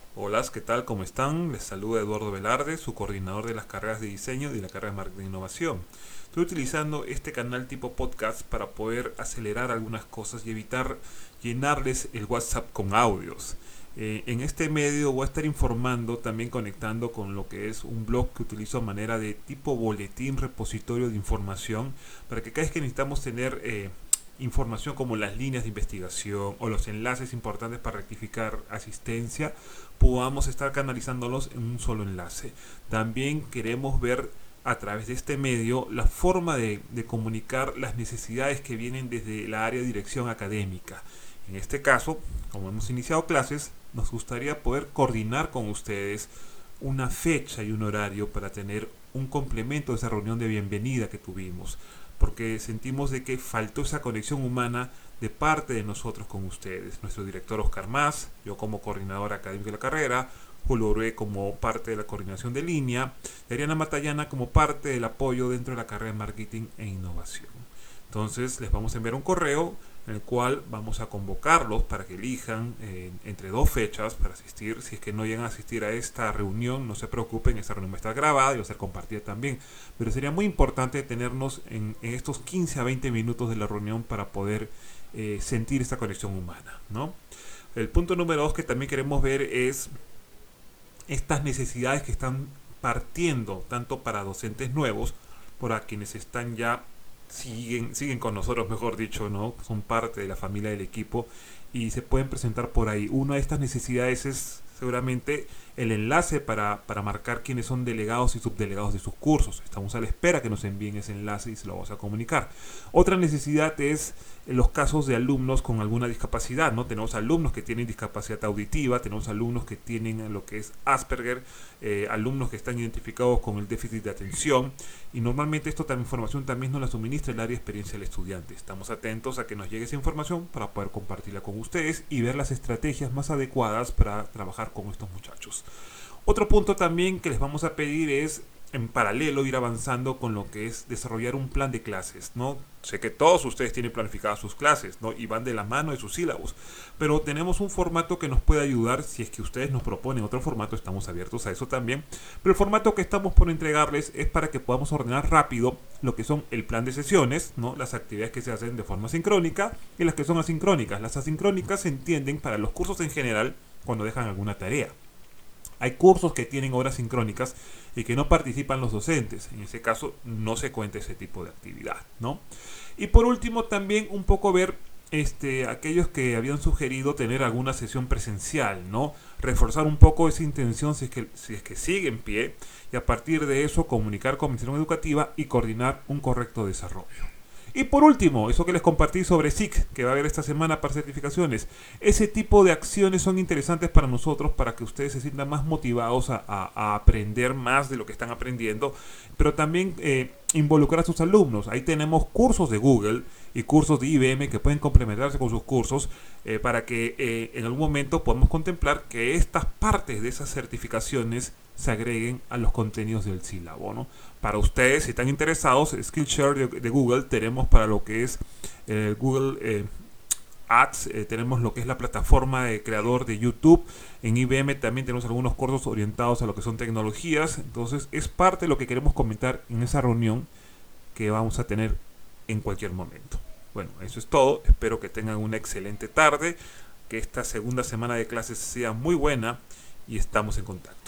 Hola, ¿qué tal? ¿Cómo están? Les saluda Eduardo Velarde, su coordinador de las carreras de diseño y de la carrera de marketing e innovación. Estoy utilizando este canal tipo podcast para poder acelerar algunas cosas y evitar llenarles el WhatsApp con audios. En este medio voy a estar informando, también conectando con lo que es un blog que utilizo a manera de tipo boletín, repositorio de información, para que cada vez que necesitamos tener información como las líneas de investigación o los enlaces importantes para rectificar asistencia, podamos estar canalizándolos en un solo enlace. También queremos ver a través de este medio la forma de comunicar las necesidades que vienen desde la área de dirección académica. En este caso, como hemos iniciado clases, nos gustaría poder coordinar con ustedes una fecha y un horario para tener un complemento de esa reunión de bienvenida que tuvimos, porque sentimos de que faltó esa conexión humana de parte de nosotros con ustedes. Nuestro director Oscar Más, yo como coordinador académico de la carrera, Julio Orue como parte de la coordinación de línea y Ariana Matallana como parte del apoyo dentro de la carrera de marketing e innovación. Entonces les vamos a enviar un correo en el cual vamos a convocarlos para que elijan entre dos fechas para asistir. Si es que no llegan a asistir a esta reunión, no se preocupen, esta reunión va a estar grabada y va a ser compartida también. Pero sería muy importante tenernos en estos 15 a 20 minutos de la reunión para poder sentir esta conexión humana, ¿no? El punto número 2 que también queremos ver es estas necesidades que están partiendo tanto para docentes nuevos, para quienes están ya siguen con nosotros, mejor dicho, ¿no? Son parte de la familia del equipo y se pueden presentar por ahí. Una de estas necesidades es seguramente el enlace para marcar quiénes son delegados y subdelegados de sus cursos. Estamos a la espera que nos envíen ese enlace y se lo vamos a comunicar. Otra necesidad es en los casos de alumnos con alguna discapacidad, ¿no? Tenemos alumnos que tienen discapacidad auditiva, tenemos alumnos que tienen lo que es Asperger, alumnos que están identificados con el déficit de atención y normalmente esta información también nos la suministra el área de experiencia del estudiante. Estamos atentos a que nos llegue esa información para poder compartirla con ustedes y ver las estrategias más adecuadas para trabajar con estos muchachos. Otro punto también que les vamos a pedir es en paralelo ir avanzando con lo que es desarrollar un plan de clases, ¿no? Sé que todos ustedes tienen planificadas sus clases, ¿no? Y van de la mano de sus sílabos, pero tenemos un formato que nos puede ayudar. Si es que ustedes nos proponen otro formato, estamos abiertos a eso también, pero el formato que estamos por entregarles es para que podamos ordenar rápido lo que son el plan de sesiones, ¿no? Las actividades que se hacen de forma sincrónica y las que son asincrónicas. Las asincrónicas se entienden para los cursos en general cuando dejan alguna tarea. Hay cursos que tienen horas sincrónicas y que no participan los docentes. En ese caso no se cuenta ese tipo de actividad, ¿no? Y por último también un poco ver aquellos que habían sugerido tener alguna sesión presencial, ¿no? Reforzar un poco esa intención si es que sigue en pie y a partir de eso comunicar con la administración educativa y coordinar un correcto desarrollo. Y por último, eso que les compartí sobre SIC, que va a haber esta semana para certificaciones. Ese tipo de acciones son interesantes para nosotros, para que ustedes se sientan más motivados a aprender más de lo que están aprendiendo, pero también involucrar a sus alumnos. Ahí tenemos cursos de Google y cursos de IBM que pueden complementarse con sus cursos para que en algún momento podamos contemplar que estas partes de esas certificaciones se agreguen a los contenidos del sílabo, ¿no? Para ustedes, si están interesados, Skillshare de Google tenemos para lo que es Google Ads, tenemos lo que es la plataforma de creador de YouTube. En IBM también tenemos algunos cursos orientados a lo que son tecnologías. Entonces es parte de lo que queremos comentar en esa reunión que vamos a tener en cualquier momento. Bueno, eso es todo. Espero que tengan una excelente tarde, que esta segunda semana de clases sea muy buena y estamos en contacto.